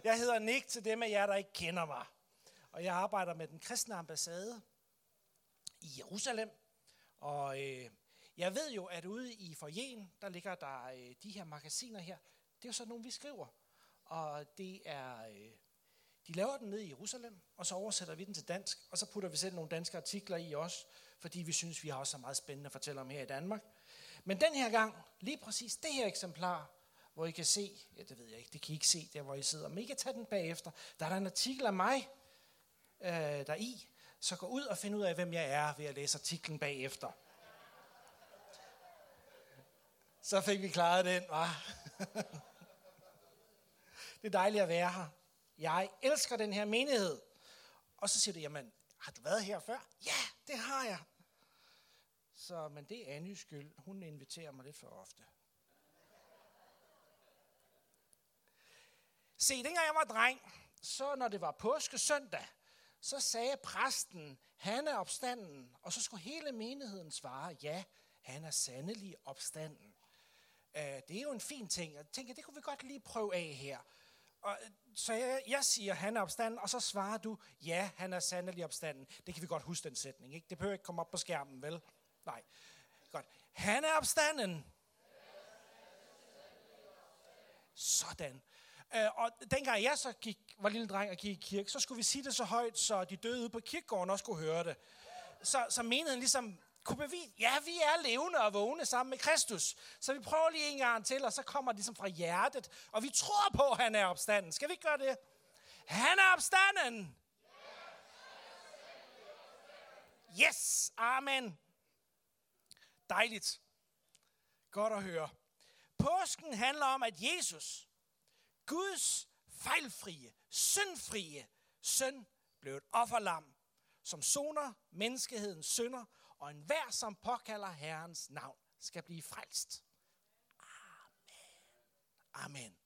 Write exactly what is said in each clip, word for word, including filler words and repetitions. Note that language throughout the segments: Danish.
Jeg hedder Nick til dem af jer, der ikke kender mig. Og jeg arbejder med den kristne ambassade i Jerusalem. Og øh, jeg ved jo, at ude i foyeren, der ligger der øh, de her magasiner her. Det er jo sådan nogle, vi skriver. Og det er, øh, de laver den ned i Jerusalem, og så oversætter vi den til dansk. Og så putter vi selv nogle danske artikler i også, fordi vi synes, vi har også så meget spændende at fortælle om her i Danmark. Men den her gang, lige præcis det her eksemplar, hvor I kan se, ja det ved jeg ikke, det kan I ikke se der, hvor I sidder, men I kan tage den bagefter. Der er der en artikel af mig øh, der i, så gå ud og find ud af, hvem jeg er, ved at læse artiklen bagefter. Så fik vi klaret den, hva'? Det er dejligt at være her. Jeg elsker den her menighed. Og så siger du, jamen, har du været her før? Ja, det har jeg. Så, men det er Annys skyld. Hun inviterer mig lidt for ofte. Se, dengang jeg var dreng, så når det var påskesøndag, så sagde præsten, han er opstanden. Og så skulle hele menigheden svare, ja, han er sandelig opstanden. Det er jo en fin ting. Jeg tænker, det kunne vi godt lige prøve af her. Og, så jeg, jeg siger, han er opstanden, og så svarer du, ja, han er sandelig opstanden. Det kan vi godt huske, den sætning, ikke? Det behøver ikke komme op på skærmen, vel? Nej. Godt. Han er opstanden. Sådan. Øh, og dengang jeg så gik, var lille dreng og gik i kirke, så skulle vi sige det så højt, så de døde ude på kirkegården også kunne høre det. Så, så menigheden ligesom kunne bevise, ja, vi er levende og vågne sammen med Kristus. Så vi prøver lige en gang til, og så kommer det ligesom fra hjertet. Og vi tror på, at han er opstanden. Skal vi ikke gøre det? Han er opstanden! Yes! Amen! Dejligt. Godt at høre. Påsken handler om, at Jesus, Guds fejlfrie, syndfrie søn, blev et offerlam, som soner menneskehedens synder, og enhver, som påkalder Herrens navn, skal blive frelst. Amen. Amen.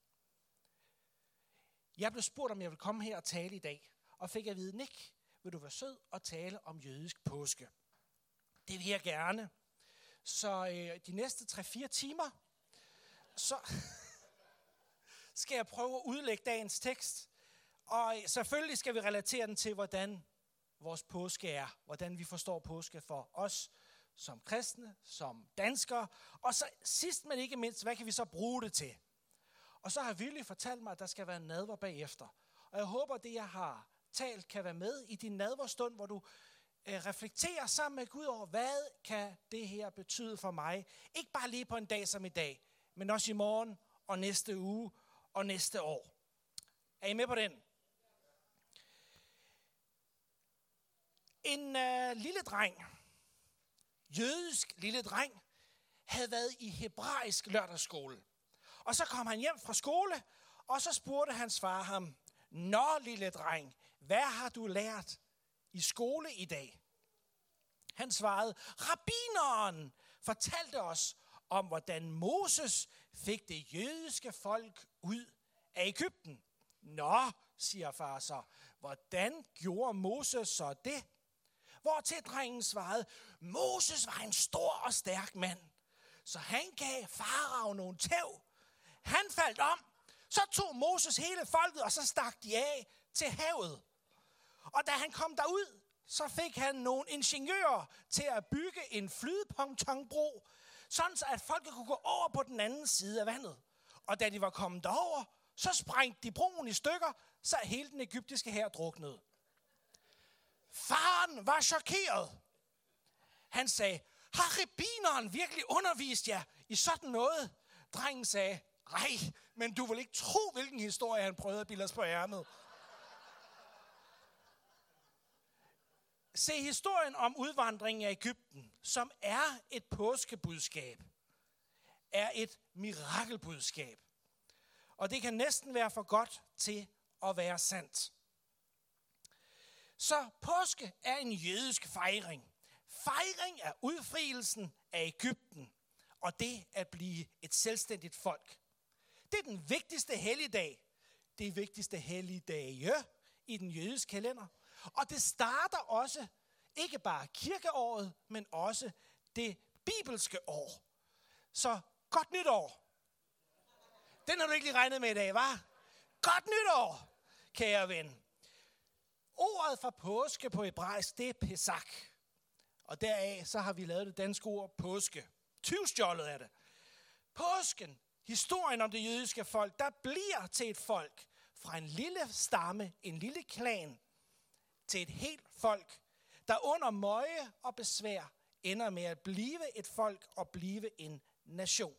Jeg blev spurgt, om jeg ville komme her og tale i dag, og fik at vide, Nick, vil du være sød og tale om jødisk påske? Det vil jeg gerne. Så øh, de næste tre fire timer, så skal jeg prøve at udlægge dagens tekst. Og selvfølgelig skal vi relatere den til, hvordan vores påske er. Hvordan vi forstår påske for os som kristne, som danskere. Og så sidst, men ikke mindst, hvad kan vi så bruge det til? Og så har Willy fortalt mig, at der skal være nadver bagefter. Og jeg håber, at det, jeg har talt, kan være med i din nadverstund, hvor du øh, reflekterer sammen med Gud over, hvad kan det her betyde for mig? Ikke bare lige på en dag som i dag, men også i morgen og næste uge og næste år. Er I med på den? En øh, lille dreng, jødisk lille dreng, havde været i hebraisk lørdagsskole. Og så kom han hjem fra skole, og så spurgte hans far ham, nå lille dreng, hvad har du lært i skole i dag? Han svarede, rabbineren fortalte os om, hvordan Moses fik det jødiske folk ud af Egypten. Nå, siger far så, hvordan gjorde Moses så det? Hvortil drengen svarede, Moses var en stor og stærk mand, så han gav farao nogle tæv. Han faldt om, så tog Moses hele folket, og så stak de af til havet. Og da han kom derud, så fik han nogle ingeniører til at bygge en flydepontonbro, sådan så at folket kunne gå over på den anden side af vandet. Og da de var kommet derover, så sprængte de broen i stykker, så hele den egyptiske hær druknede. Faren var chokeret. Han sagde, har rabbineren virkelig undervist jer i sådan noget? Drengen sagde, nej, men du vil ikke tro, hvilken historie han prøvede at bilde os på ærmet. Se, historien om udvandringen af Egypten, som er et påskebudskab, er et mirakelbudskab. Og det kan næsten være for godt til at være sandt. Så påske er en jødisk fejring. Fejring af udfrielsen af Egypten, og det at blive et selvstændigt folk. Det er den vigtigste helligdag, det vigtigste helligdage i den jødiske kalender. Og det starter også ikke bare kirkeåret, men også det bibelske år. Så godt nytår. Den har du ikke lige regnet med i dag, hva'? Godt nytår! kære ven. Ordet for påske på hebraisk, det er Pesach. Og deraf så har vi lavet det danske ord påske. Tyvstjålet er det. Påsken, historien om det jødiske folk, der bliver til et folk fra en lille stamme, en lille klan, til et helt folk, der under møje og besvær ender med at blive et folk og blive en nation.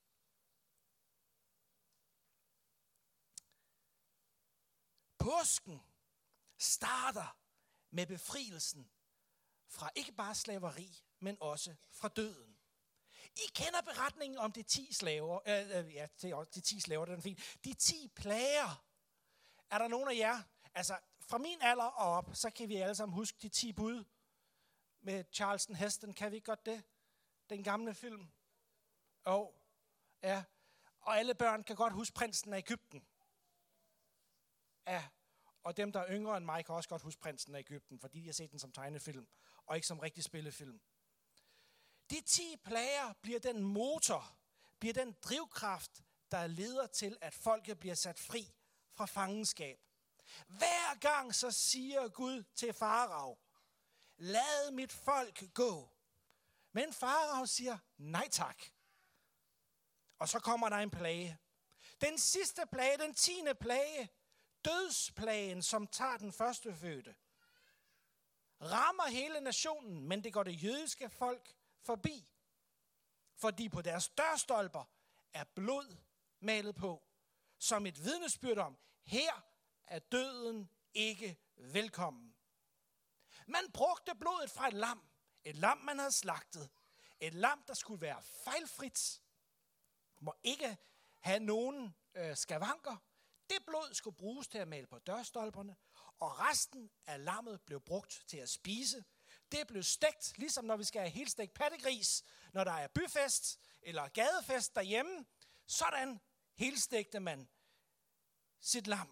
Påsken starter med befrielsen fra ikke bare slaveri, men også fra døden. I kender beretningen om de ti slaver. Øh, øh, ja, det er også de ti slaver, det er fint. De ti plager. Er der nogen af jer? Altså, fra min alder og op, så kan vi alle sammen huske de ti bud med Charleston Heston. Kan vi godt det? Den gamle film. Og, ja. Og alle børn kan godt huske Prinsen af Egypten. Ja. Og dem, der er yngre end mig, kan også godt huske Prinsen af Egypten, fordi de har set den som tegnefilm, og ikke som rigtig spillefilm. De ti plager bliver den motor, bliver den drivkraft, der leder til, at folket bliver sat fri fra fangenskab. Hver gang så siger Gud til Farao, lad mit folk gå. Men Farao siger, nej tak. Og så kommer der en plage. Den sidste plage, den tiende plage, dødsplagen, som tager den første fødte, rammer hele nationen, men det går det jødiske folk forbi. Fordi på deres dørstolper er blod malet på, som et vidnesbyrd om, her er døden ikke velkommen. Man brugte blodet fra et lam, et lam man havde slagtet, et lam der skulle være fejlfrit, må ikke have nogen øh, skavanker. Det blod skulle bruges til at male på dørstolperne, og resten af lammet blev brugt til at spise. Det blev stegt, ligesom når vi skal have helstegt pattegris, når der er byfest eller gadefest derhjemme. Sådan helstegte man sit lam.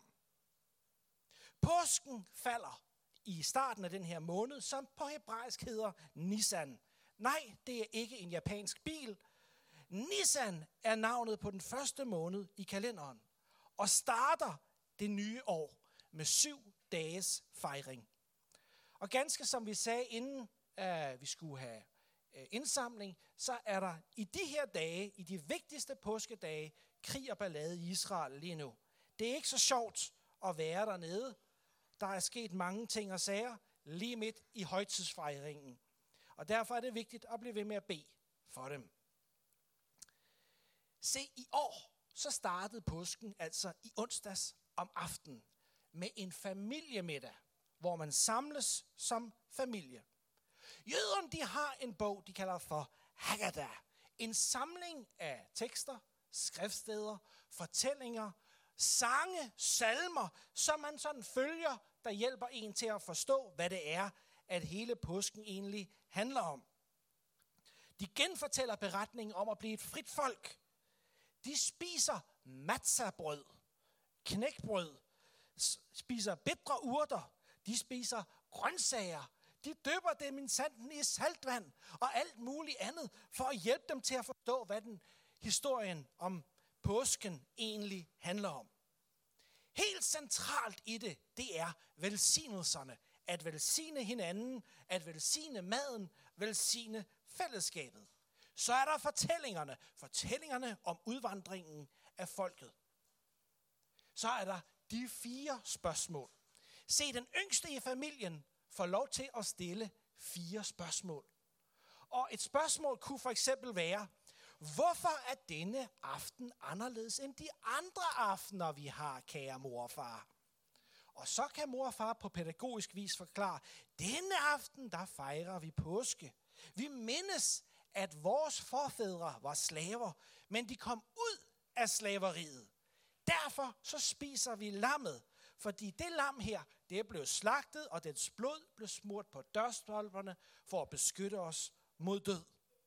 Påsken falder i starten af den her måned, som på hebraisk hedder Nisan. Nej, det er ikke en japansk bil. Nisan er navnet på den første måned i kalenderen, og starter det nye år med syv dages fejring. Og ganske som vi sagde, inden uh, vi skulle have uh, indsamling, så er der i de her dage, i de vigtigste påskedage, krig og ballade i Israel lige nu. Det er ikke så sjovt at være dernede. Der er sket mange ting og sager lige midt i højtidsfejringen. Og derfor er det vigtigt at blive ved med at bede for dem. Se, i år så startede påsken altså i onsdags om aftenen med en familiemiddag, hvor man samles som familie. Jøderne, de har en bog, de kalder for Haggadah. En samling af tekster, skriftsteder, fortællinger, sange, salmer, som man sådan følger, der hjælper en til at forstå, hvad det er, at hele påsken egentlig handler om. De genfortæller beretningen om at blive et frit folk. De spiser matzahbrød, knækbrød, spiser bitre urter, de spiser grøntsager, de dypper dem i sanden i saltvand og alt muligt andet, for at hjælpe dem til at forstå, hvad den historien om påsken egentlig handler om. Helt centralt i det, det er velsignelserne. At velsigne hinanden, at velsigne maden, velsigne fællesskabet. Så er der fortællingerne, fortællingerne om udvandringen af folket. Så er der de fire spørgsmål. Se, den yngste i familien får lov til at stille fire spørgsmål. Og et spørgsmål kunne for eksempel være, hvorfor er denne aften anderledes end de andre aftener, vi har, kære mor og far? Og så kan mor og far på pædagogisk vis forklare, denne aften, der fejrer vi påske. Vi mindes, at vores forfædre var slaver, men de kom ud af slaveriet. Derfor så spiser vi lammet, fordi det lam her, det blev slagtet, og dets blod blev smurt på dørstolperne for at beskytte os mod død.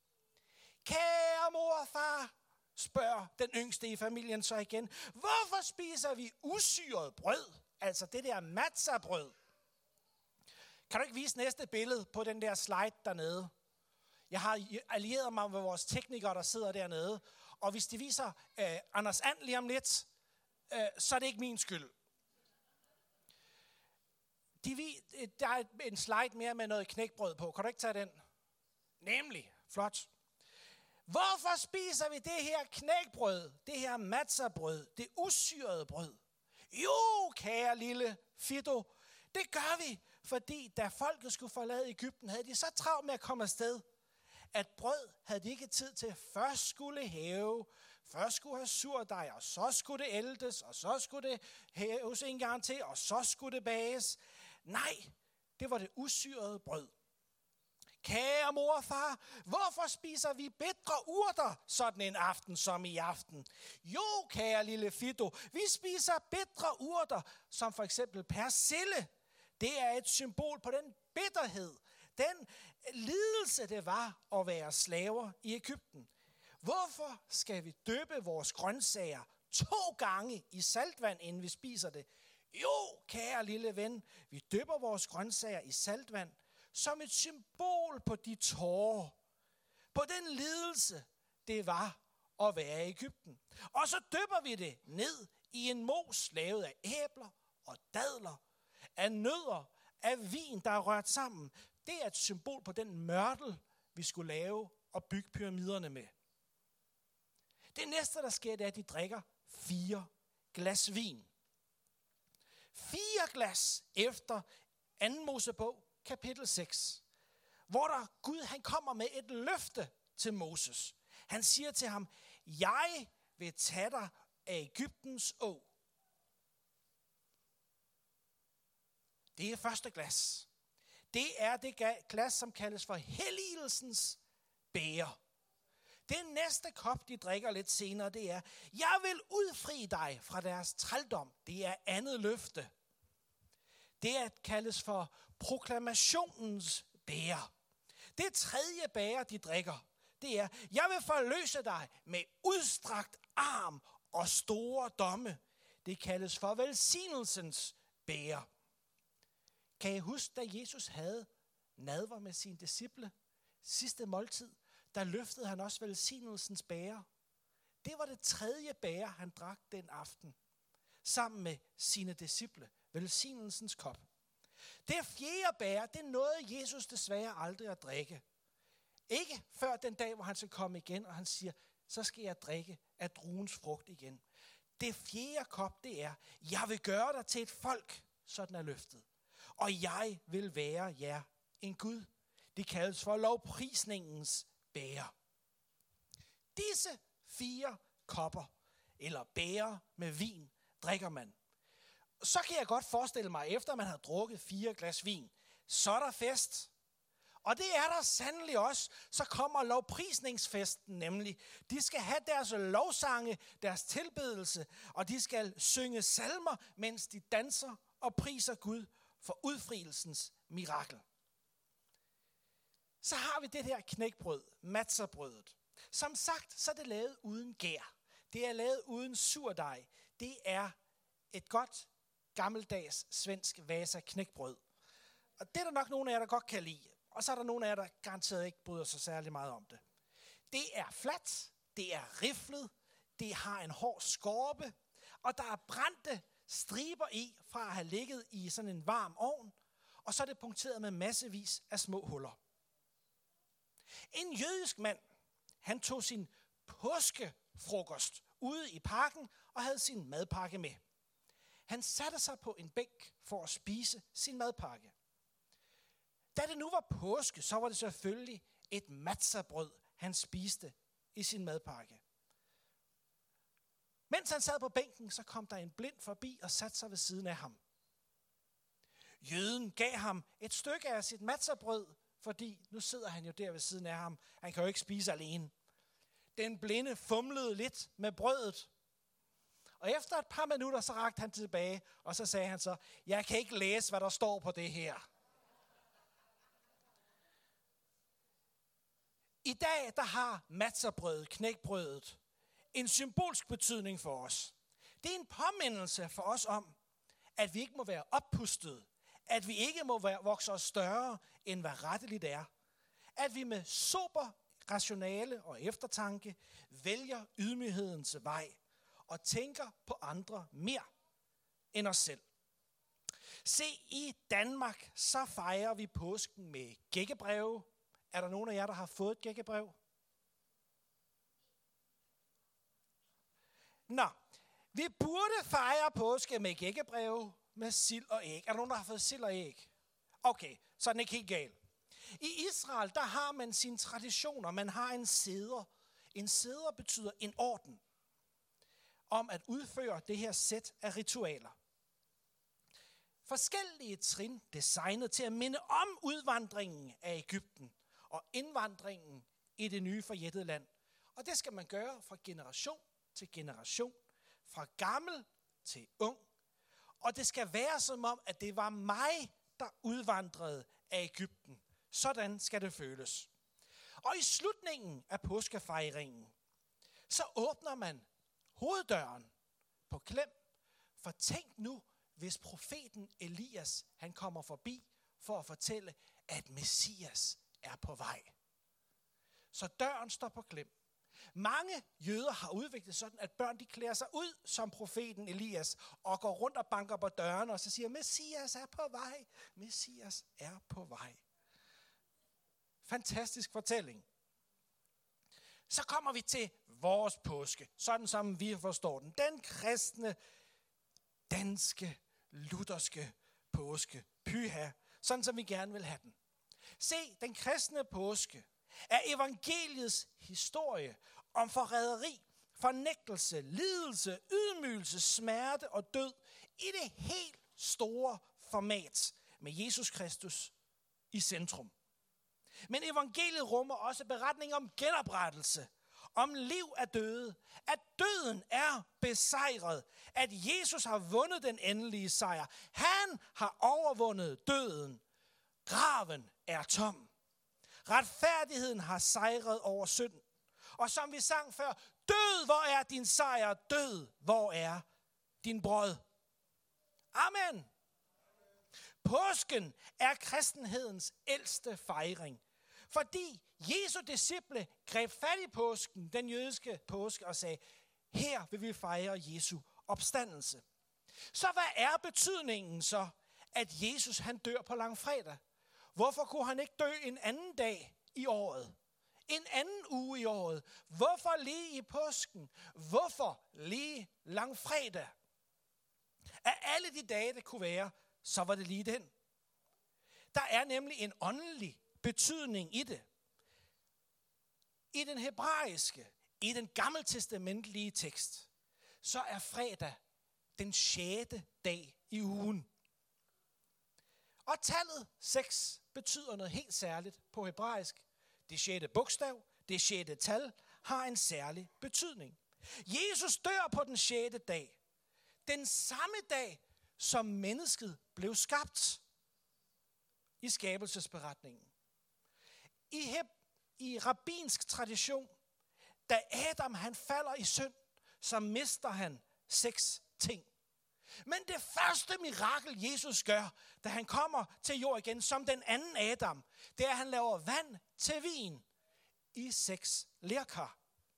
Kære mor og far, spørger den yngste i familien så igen, hvorfor spiser vi usyret brød? Altså det der matzahbrød. Kan du ikke vise næste billede på den der slide dernede? Jeg har allieret mig med vores teknikere, der sidder dernede. Og hvis de viser øh, Anders And lige om lidt, øh, så er det ikke min skyld. De, der er en slide mere med noget knækbrød på. Kan du ikke tage den? Nemlig. Flot. Hvorfor spiser vi det her knækbrød, det her matzahbrød, det usyrede brød? Jo, kære lille Fido, det gør vi, fordi da folket skulle forlade Egypten, havde de så travlt med at komme afsted, at brød havde de ikke tid til. Først skulle hæve, først skulle have surdej, og så skulle det æltes, og så skulle det hæves en gang til, og så skulle det bages. Nej, det var det usyrede brød. Kære mor og far, hvorfor spiser vi bitre urter sådan en aften som i aften? Jo, kære lille Fido, vi spiser bitre urter, som for eksempel persille. Det er et symbol på den bitterhed, den lidelse det var at være slaver i Egypten. Hvorfor skal vi døbe vores grøntsager to gange i saltvand, inden vi spiser det? Jo, kære lille ven, vi døber vores grøntsager i saltvand, som et symbol på de tårer, på den lidelse, det var at være i Egypten. Og så dypper vi det ned i en mos lavet af æbler og dadler, af nødder, af vin, der er rørt sammen. Det er et symbol på den mørtel, vi skulle lave og bygge pyramiderne med. Det næste, der sker, det er, at de drikker fire glas vin. Fire glas efter anden Mosebog, kapitel seks, hvor der Gud han kommer med et løfte til Moses. Han siger til ham, jeg vil tage dig af Egyptens å. Det er første glas. Det er det glas, som kaldes for helligelsens bæger. Det næste kop, de drikker lidt senere, det er, jeg vil udfri dig fra deres trældom. Det er andet løfte. Det er kaldes for proklamationens bæger. Det tredje bæger, de drikker, det er, jeg vil forløse dig med udstrakt arm og store domme. Det kaldes for velsignelsens bæger. Kan I huske, da Jesus havde nadver med sine disciple, sidste måltid, der løftede han også velsignelsens bæger. Det var det tredje bæger, han drak den aften, sammen med sine disciple, velsignelsens kop. Det fjerde bæger, det nåede Jesus desværre aldrig at drikke. Ikke før den dag, hvor han skal komme igen, og han siger, så skal jeg drikke af druens frugt igen. Det fjerde kop, det er, jeg vil gøre dig til et folk, sådan er løftet. Og jeg vil være jer en Gud. Det kaldes for lovprisningens bæger. Disse fire kopper, eller bæger med vin, drikker man. Så kan jeg godt forestille mig, efter man har drukket fire glas vin, så er der fest. Og det er der sandelig også. Så kommer lovprisningsfesten nemlig. De skal have deres lovsange, deres tilbedelse, og de skal synge salmer, mens de danser og priser Gud for udfrielsens mirakel. Så har vi det her knækbrød, matzahbrødet. Som sagt, så er det lavet uden gær. Det er lavet uden surdej. Det er et godt, gammeldags svensk Vasa knækbrød. Og det er der nok nogle af jer, der godt kan lide. Og så er der nogle af jer, der garanteret ikke bryder sig særlig meget om det. Det er fladt, det er riflet, det har en hård skorpe, og der er brændte striber i fra at have ligget i sådan en varm ovn, og så er det punkteret med massevis af små huller. En jødisk mand, han tog sin påskefrokost ude i parken og havde sin madpakke med. Han satte sig på en bænk for at spise sin madpakke. Da det nu var påske, så var det selvfølgelig et matzahbrød, han spiste i sin madpakke. Mens han sad på bænken, så kom der en blind forbi og satte sig ved siden af ham. Jøden gav ham et stykke af sit matzahbrød, fordi nu sidder han jo der ved siden af ham. Han kan jo ikke spise alene. Den blinde fumlede lidt med brødet. Og efter et par minutter, så rakte han tilbage, og så sagde han så, jeg kan ikke læse, hvad der står på det her. I dag, der har matzahbrødet, knækbrødet, en symbolsk betydning for os. Det er en påmindelse for os om, at vi ikke må være oppustet, at vi ikke må være, vokse os større, end hvad retteligt er. At vi med sober rationale og eftertanke vælger ydmyghedens vej og tænker på andre mere end os selv. Se, i Danmark, så fejrer vi påsken med gækkebreve. Er der nogen af jer, der har fået et gækkebrev? Nå, vi burde fejre påske med gækkebreve, med sild og æg. Er der nogen, der har fået sild og æg? Okay, så er den ikke helt gal. I Israel, der har man sine traditioner. Man har en seder. En seder betyder en orden om at udføre det her sæt af ritualer. Forskellige trin designet til at minde om udvandringen af Egypten og indvandringen i det nye forjættede land. Og det skal man gøre fra generation til generation, fra gammel til ung. Og det skal være som om, at det var mig, der udvandrede af Egypten. Sådan skal det føles. Og i slutningen af påskefejringen, så åbner man hoveddøren på klem. For tænk nu, hvis profeten Elias, han kommer forbi for at fortælle, at Messias er på vej. Så døren står på klem. Mange jøder har udviklet sådan, at børn de klæder sig ud som profeten Elias og går rundt og banker på døren og så siger, Messias er på vej. Messias er på vej. Fantastisk fortælling. Så kommer vi til vores påske, sådan som vi forstår den. Den kristne, danske, lutherske påske. Pyha, sådan som vi gerne vil have den. Se, den kristne påske er evangeliets historie om forræderi, fornægtelse, lidelse, ydmygelse, smerte og død i det helt store format med Jesus Kristus i centrum. Men evangeliet rummer også beretning om genoprettelse, om liv af døde, at døden er besejret, at Jesus har vundet den endelige sejr. Han har overvundet døden. Graven er tom. Retfærdigheden har sejret over synden. Og som vi sang før, død, hvor er din sejr? Død, hvor er din brød? Amen. Påsken er kristenhedens ældste fejring, fordi Jesu disciple greb fat i påsken, den jødiske påske, og sagde, her vil vi fejre Jesu opstandelse. Så hvad er betydningen så, at Jesus han dør på langfredag? Hvorfor kunne han ikke dø en anden dag i året? En anden uge i året? Hvorfor lige i påsken? Hvorfor lige langfredag? Af alle de dage, det kunne være, så var det lige den. Der er nemlig en åndelig betydning i det. I den hebraiske, i den gammeltestamentlige tekst, så er fredag den sjette dag i ugen. Og tallet seks betyder noget helt særligt på hebraisk. Det sjette bogstav, det sjette tal, har en særlig betydning. Jesus dør på den sjette dag. Den samme dag, som mennesket blev skabt i skabelsesberetningen. I, heb- i rabbinsk tradition, da Adam han falder i synd, så mister han seks ting. Men det første mirakel, Jesus gør, da han kommer til jord igen, som den anden Adam, det er, at han laver vand til vin i seks lerkar.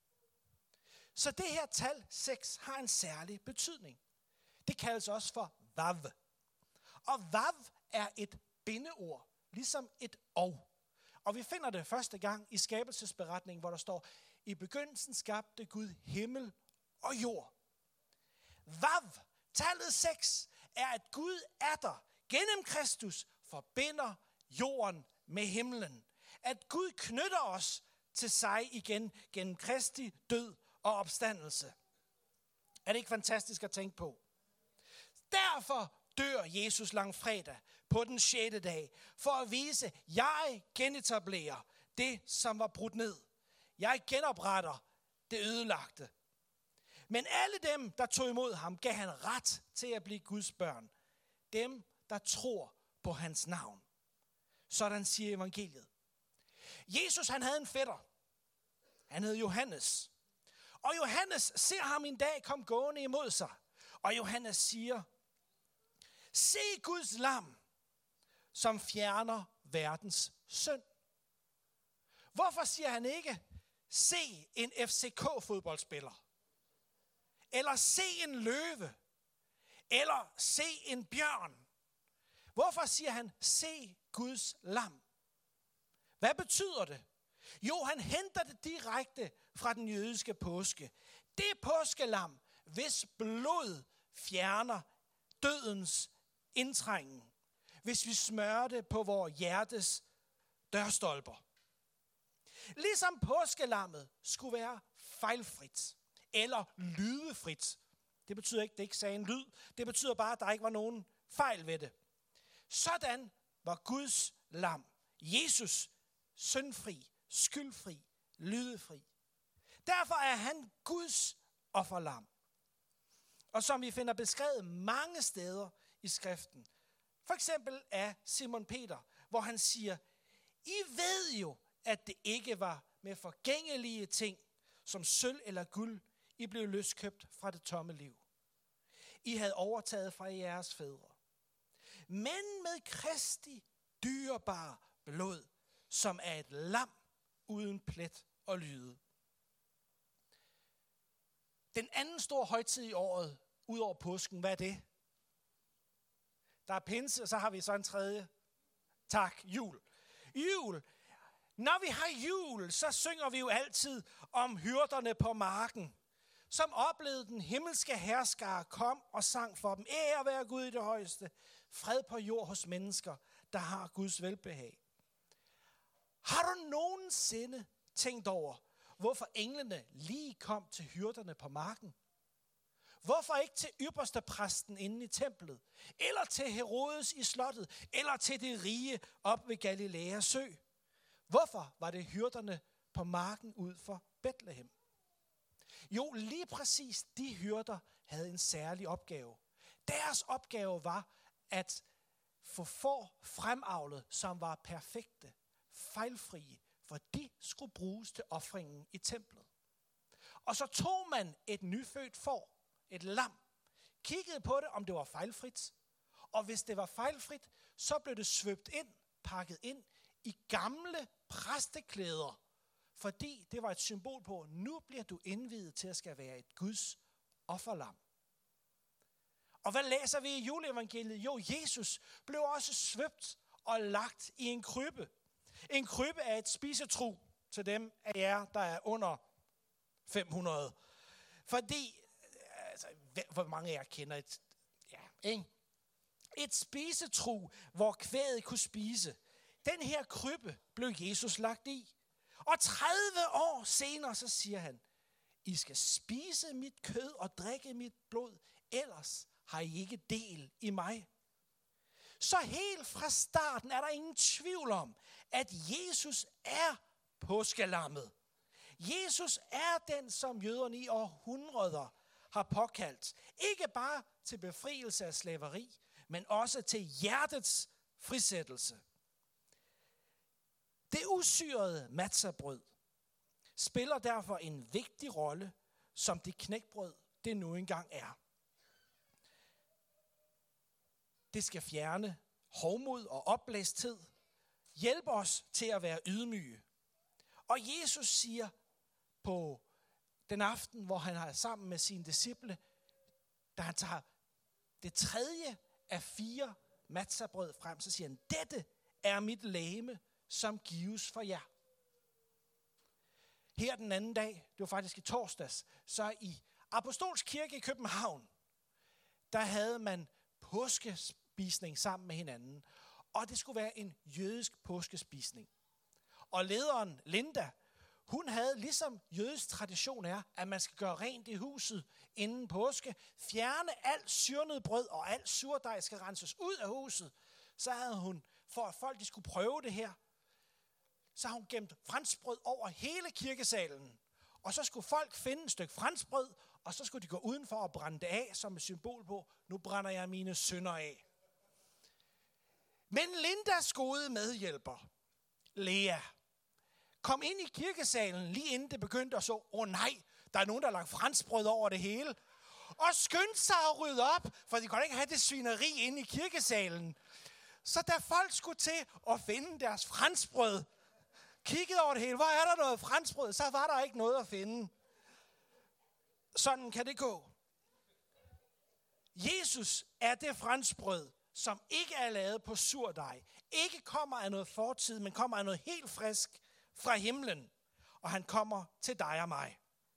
Så det her tal seks har en særlig betydning. Det kaldes også for vav. Og vav er et bindeord, ligesom et og. Og vi finder det første gang i skabelsesberetningen, hvor der står, i begyndelsen skabte Gud himmel og jord. Vav, tallet seks, er, at Gud er der gennem Kristus forbinder jorden med himlen. At Gud knytter os til sig igen gennem Kristi død og opstandelse. Er det ikke fantastisk at tænke på? Derfor dør Jesus langfredag på den sjette dag, for at vise, at jeg genetablerer det, som var brudt ned. Jeg genopretter det ødelagte. Men alle dem, der tog imod ham, gav han ret til at blive Guds børn. Dem, der tror på hans navn. Sådan siger evangeliet. Jesus, han havde en fætter. Han hed Johannes. Og Johannes ser ham en dag komme gående imod sig. Og Johannes siger, se Guds lam, som fjerner verdens synd. Hvorfor siger han ikke, se en F C K-fodboldspiller? Eller se en løve? Eller se en bjørn? Hvorfor siger han, se Guds lam? Hvad betyder det? Jo, han henter det direkte fra den jødiske påske. Det påskelam, hvis blod fjerner dødens indtrængen, hvis vi smører det på vores hjertes dørstolper. Ligesom påskelammet skulle være fejlfrit eller lydefrit. Det betyder ikke, at det ikke sagde en lyd. Det betyder bare, at der ikke var nogen fejl ved det. Sådan var Guds lam, Jesus, syndfri, skyldfri, lydefri. Derfor er han Guds offerlam. Og som vi finder beskrevet mange steder i skriften. For eksempel af Simon Peter, hvor han siger, I ved jo, at det ikke var med forgængelige ting, som sølv eller guld, I blev løskøbt fra det tomme liv. I havde overtaget fra jeres fædre. Men med Kristi dyrebare blod, som er et lam uden plet og lyde. Den anden store højtid i året, ud over påsken, hvad er det? Der er pinse, og så har vi så en tredje. Tak, jul. Jul. Når vi har jul, så synger vi jo altid om hyrderne på marken, som oplevede den himmelske herskare kom og sang for dem. Ære være Gud i det højeste. Fred på jord hos mennesker, der har Guds velbehag. Har du nogensinde tænkt over, hvorfor englene lige kom til hyrderne på marken? Hvorfor ikke til ypperste præsten inde i templet? Eller til Herodes i slottet? Eller til det rige op ved Galilæas sø? Hvorfor var det hyrderne på marken ud for Betlehem? Jo, lige præcis de hyrder havde en særlig opgave. Deres opgave var at få får fremavlet, som var perfekte, fejlfrie, for de skulle bruges til ofringen i templet. Og så tog man et nyfødt får, et lam, kiggede på det, om det var fejlfrit, og hvis det var fejlfrit, så blev det svøbt ind, pakket ind i gamle præsteklæder, fordi det var et symbol på, nu bliver du indviet til at skal være et Guds offerlam. Og hvad læser vi i juleevangeliet? Jo, Jesus blev også svøbt og lagt i en krybbe. En krybbe er et spisetru til dem af jer, der er under fem hundrede. Fordi, altså, hvor mange af jer kender et, ja, ikke? Et spisetru, hvor kvæget kunne spise. Den her krybbe blev Jesus lagt i. Og tredive år senere, så siger han, I skal spise mit kød og drikke mit blod, ellers har I ikke del i mig. Så helt fra starten er der ingen tvivl om, at Jesus er påskelammet. Jesus er den, som jøderne i århundreder har påkaldt. Ikke bare til befrielse af slaveri, men også til hjertets frisættelse. Det usyrede matzahbrød spiller derfor en vigtig rolle, som det knækbrød, det nu engang er. Det skal fjerne hovmod og opblæsthed, hjælpe os til at være ydmyge. Og Jesus siger på den aften, hvor han er sammen med sine disciple, da han tager det tredje af fire matzahbrød frem, så siger han, dette er mit legeme, som gives for jer. Her den anden dag, det var faktisk i torsdags, så i Apostolsk Kirke i København, der havde man påskespisning sammen med hinanden. Og det skulle være en jødisk påskespisning. Og lederen, Linda, hun havde ligesom jødisk tradition er, at man skal gøre rent i huset inden påske, fjerne alt syrnet brød og alt surdej skal renses ud af huset. Så havde hun, for at folk de skulle prøve det her, så har hun gemt franskbrød over hele kirkesalen. Og så skulle folk finde et stykke franskbrød, og så skulle de gå udenfor og brænde det af, som et symbol på, nu brænder jeg mine synder af. Men Lindas gode medhjælper, Lea, kom ind i kirkesalen lige inden det begyndte og så, åh oh, nej, der er nogen, der har lagt franskbrød over det hele. Og skyndte sig at rydde op, for de kunne ikke have det svineri inde i kirkesalen. Så da folk skulle til at finde deres franskbrød, kiggede over det hele, hvor er der noget franskbrød, så var der ikke noget at finde. Sådan kan det gå. Jesus er det franskbrød, som ikke er lavet på surdej, ikke kommer af noget fortid, men kommer af noget helt frisk fra himlen. Og han kommer til dig og mig.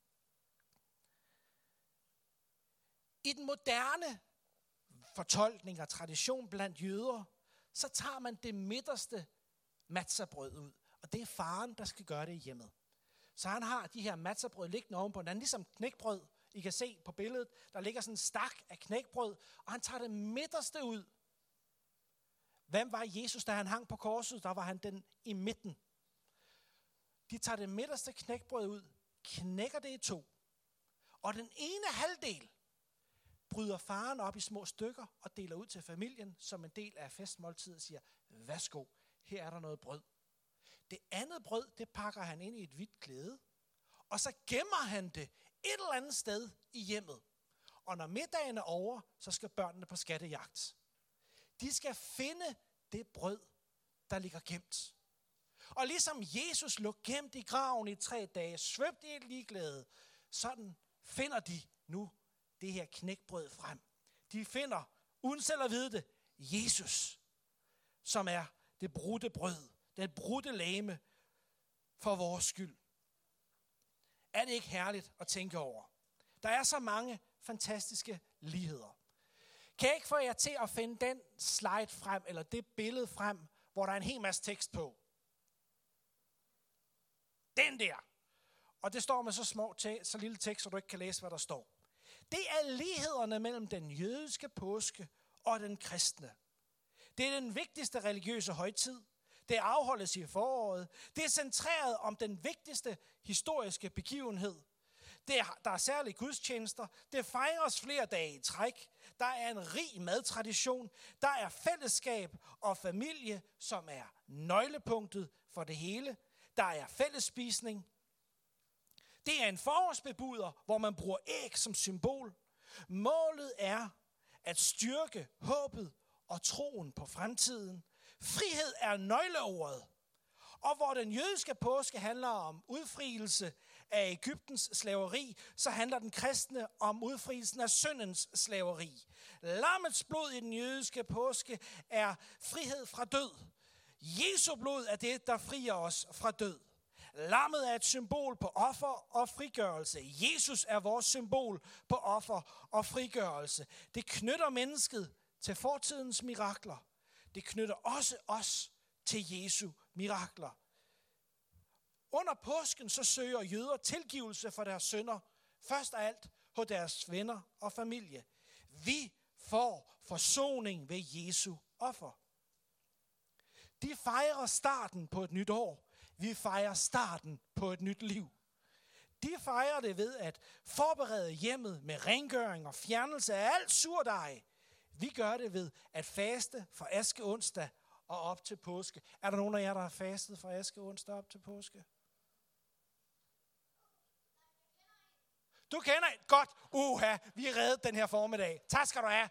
I den moderne fortolkning og tradition blandt jøder, så tager man det midterste matzahbrød ud. Og det er faren, der skal gøre det i hjemmet. Så han har de her matzahbrød liggende oven på hinanden, ligesom knækbrød. I kan se på billedet, der ligger sådan en stak af knækbrød, og han tager det midterste ud. Hvem var Jesus, da han hang på korset? Der var han den i midten. De tager det midterste knækbrød ud, knækker det i to. Og den ene halvdel bryder faren op i små stykker og deler ud til familien som en del af festmåltidet og siger, værsgo, her er der noget brød. Det andet brød, det pakker han ind i et hvidt klæde, og så gemmer han det et eller andet sted i hjemmet. Og når middagen er over, så skal børnene på skattejagt. De skal finde det brød, der ligger gemt. Og ligesom Jesus lå gemt i graven i tre dage, svøbt i et ligglæde, sådan finder de nu det her knækbrød frem. De finder, uden selv at vide det, Jesus, som er det brudte brød, den brudte legeme for vores skyld. Er det ikke herligt at tænke over? Der er så mange fantastiske ligheder. Kan jeg ikke få jer til at finde den slide frem, eller det billede frem, hvor der er en hel masse tekst på? Den der. Og det står med så små te- så lille tekst, så du ikke kan læse, hvad der står. Det er lighederne mellem den jødiske påske og den kristne. Det er den vigtigste religiøse højtid. Det afholdes i foråret. Det er centreret om den vigtigste historiske begivenhed. Det er, der er særlige gudstjenester. Det fejres flere dage i træk. Der er en rig madtradition. Der er fællesskab og familie, som er nøglepunktet for det hele. Der er fællesspisning. Det er en forårsbebuder, hvor man bruger æg som symbol. Målet er at styrke håbet og troen på fremtiden. Frihed er nøgleordet. Og hvor den jødiske påske handler om udfrielse af Egyptens slaveri, så handler den kristne om udfrielsen af syndens slaveri. Lammets blod i den jødiske påske er frihed fra død. Jesu blod er det, der frier os fra død. Lammet er et symbol på offer og frigørelse. Jesus er vores symbol på offer og frigørelse. Det knytter mennesket til fortidens mirakler. Det knytter også os til Jesu mirakler. Under påsken så søger jøder tilgivelse for deres synder, først af alt hos deres venner og familie. Vi får forsoning ved Jesu offer. De fejrer starten på et nyt år. Vi fejrer starten på et nyt liv. De fejrer det ved at forberede hjemmet med rengøring og fjernelse af alt surdej. Vi gør det ved at faste fra askeonsdag og op til påske. Er der nogen af jer, der har fastet fra askeonsdag op til påske? Du kender et godt. Uha, vi er reddet den her formiddag. Tak skal du have.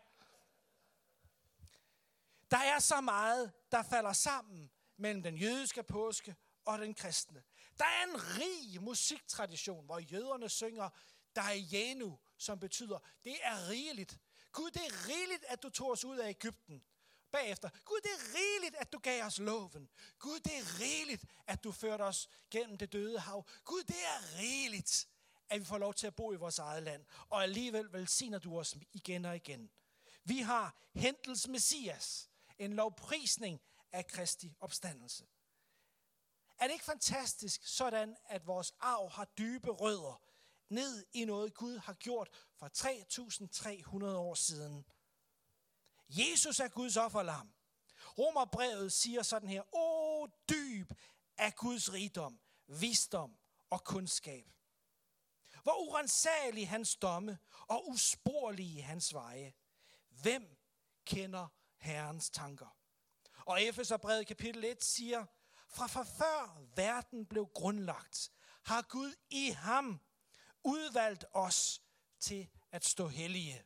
Der er så meget, der falder sammen mellem den jødiske påske og den kristne. Der er en rig musiktradition, hvor jøderne synger Dayenu, som betyder, det er rigeligt. Gud, det er rigeligt, at du tog os ud af Egypten. Bagefter, Gud, det er rigeligt, at du gav os loven. Gud, det er rigeligt, at du førte os gennem det døde hav. Gud, det er rigeligt, at vi får lov til at bo i vores eget land. Og alligevel velsigner du os igen og igen. Vi har Händels Messias, en lovprisning af Kristi opstandelse. Er det ikke fantastisk sådan, at vores arv har dybe rødder ned i noget, Gud har gjort for tre tusind tre hundrede år siden? Jesus er Guds offerlam. Romerbrevet siger sådan her: Åh, dyb af Guds rigdom, visdom og kundskab. Hvor uransagelige hans domme og usporlige hans veje. Hvem kender Herrens tanker? Og Efeserbrevet kapitel et siger: Fra for før verden blev grundlagt, har Gud i ham udvalgt os til at stå hellige.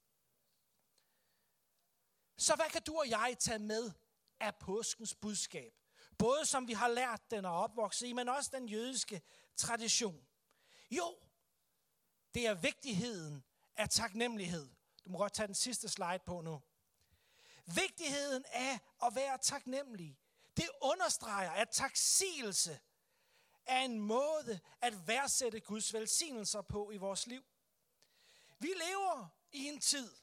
Så hvad kan du og jeg tage med af påskens budskab? Både som vi har lært den og opvokset i, men også den jødiske tradition. Jo, det er vigtigheden af taknemmelighed. Du må godt tage den sidste slide på nu. Vigtigheden af at være taknemmelig. Det understreger, at taksigelse er en måde at værdsætte Guds velsignelser på i vores liv. Vi lever i en tid,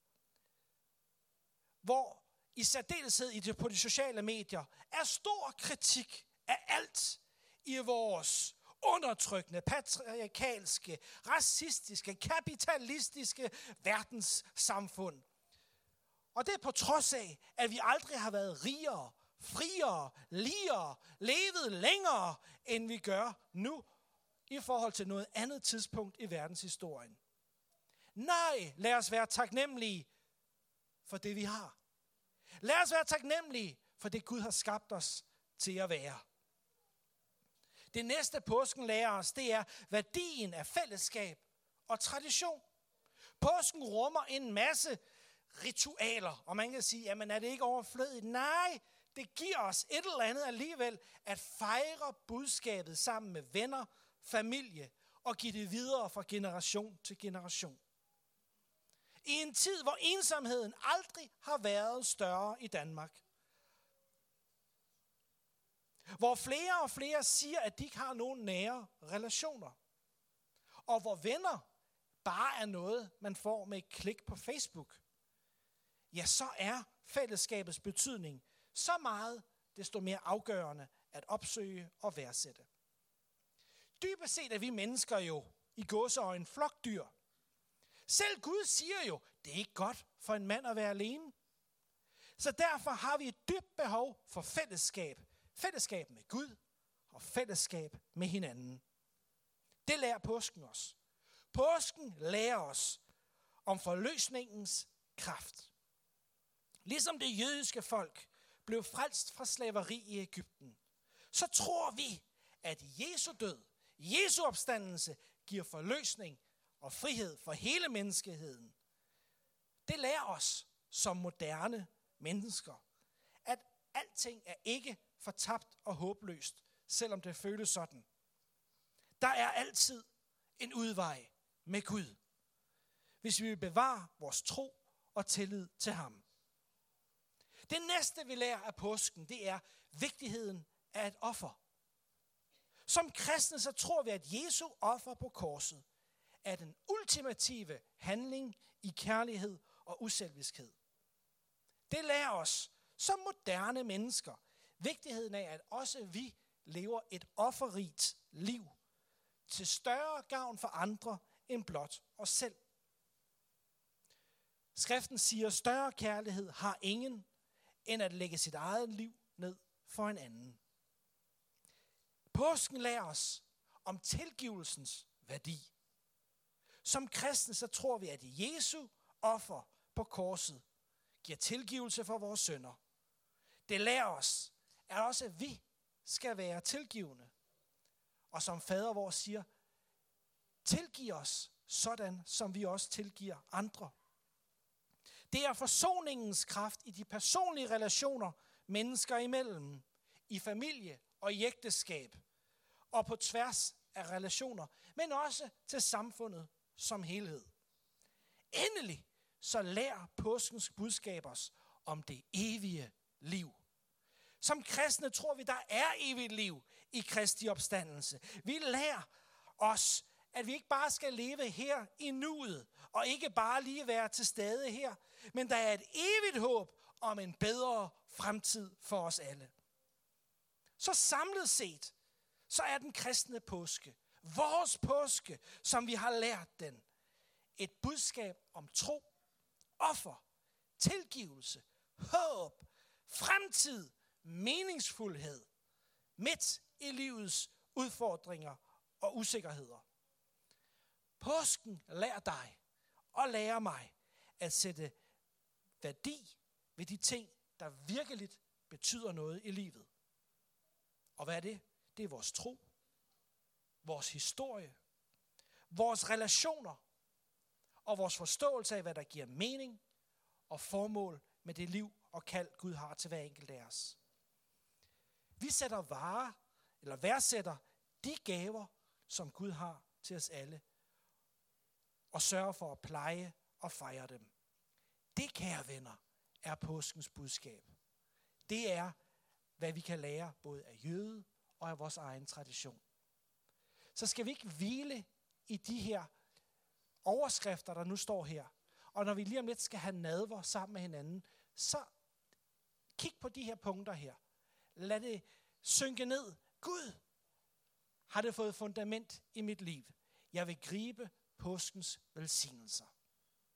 hvor i særdeleshed i det, på de sociale medier er stor kritik af alt i vores undertrykkende, patriarkalske, racistiske, kapitalistiske verdenssamfund. Og det er på trods af, at vi aldrig har været rigere, friere, ligere, levet længere, end vi gør nu, i forhold til noget andet tidspunkt i verdenshistorien. Nej, lad os være taknemmelige for det, vi har. Lad os være taknemmelige for det, Gud har skabt os til at være. Det næste påsken lærer os, det er værdien af fællesskab og tradition. Påsken rummer en masse ritualer, og man kan sige, jamen er det ikke overflødigt? Nej, det giver os et eller andet alligevel at fejre budskabet sammen med venner, familie og give det videre fra generation til generation. I en tid, hvor ensomheden aldrig har været større i Danmark. Hvor flere og flere siger, at de ikke har nogen nære relationer. Og hvor venner bare er noget, man får med et klik på Facebook. Ja, så er fællesskabets betydning så meget, desto mere afgørende at opsøge og værdsætte. Dybest set er vi mennesker jo i gåseøjne flokdyr. Selv Gud siger jo, det er ikke godt for en mand at være alene. Så derfor har vi et dybt behov for fællesskab. Fællesskab med Gud og fællesskab med hinanden. Det lærer påsken os. Påsken lærer os om forløsningens kraft. Ligesom det jødiske folk blev frelst fra slaveri i Egypten, så tror vi, at Jesu død, Jesu opstandelse giver forløsning og frihed for hele menneskeheden. Det lærer os som moderne mennesker, at alting er ikke fortabt og håbløst, selvom det føles sådan. Der er altid en udvej med Gud, hvis vi vil bevare vores tro og tillid til ham. Det næste, vi lærer af påsken, det er vigtigheden af et offer. Som kristne, så tror vi, at Jesu offer på korset er den ultimative handling i kærlighed og uselviskhed. Det lærer os som moderne mennesker vigtigheden af, at også vi lever et offerrigt liv til større gavn for andre end blot os selv. Skriften siger, større kærlighed har ingen, end at lægge sit eget liv ned for en anden. Påsken lærer os om tilgivelsens værdi. Som kristne så tror vi, at Jesu offer på korset giver tilgivelse for vores synder. Det lærer os, at også vi skal være tilgivende. Og som fader vores siger, tilgiv os sådan, som vi også tilgiver andre. Det er forsoningens kraft i de personlige relationer mennesker imellem, i familie og i ægteskab, og på tværs af relationer, men også til samfundet som helhed. Endelig så lærer påskens budskab os om det evige liv. Som kristne tror vi, der er evigt liv i Kristi opstandelse. Vi lærer os, at vi ikke bare skal leve her i nuet, og ikke bare lige være til stede her, men der er et evigt håb om en bedre fremtid for os alle. Så samlet set, så er den kristne påske, vores påske, som vi har lært den, et budskab om tro, offer, tilgivelse, håb, fremtid, meningsfuldhed, midt i livets udfordringer og usikkerheder. Påsken lærer dig og lærer mig at sætte værdi ved de ting, der virkelig betyder noget i livet. Og hvad er det? Det er vores tro, vores historie, vores relationer og vores forståelse af, hvad der giver mening og formål med det liv og kald, Gud har til hver enkelt af os. Vi sætter varer, eller værdsætter de gaver, som Gud har til os alle, og sørger for at pleje og fejre dem. Det, kære venner, er påskens budskab. Det er, hvad vi kan lære både af jøde og af vores egen tradition. Så skal vi ikke hvile i de her overskrifter, der nu står her. Og når vi lige om lidt skal have nadver sammen med hinanden, så kig på de her punkter her. Lad det synke ned. Gud, har det fået fundament i mit liv. Jeg vil gribe påskens velsignelser.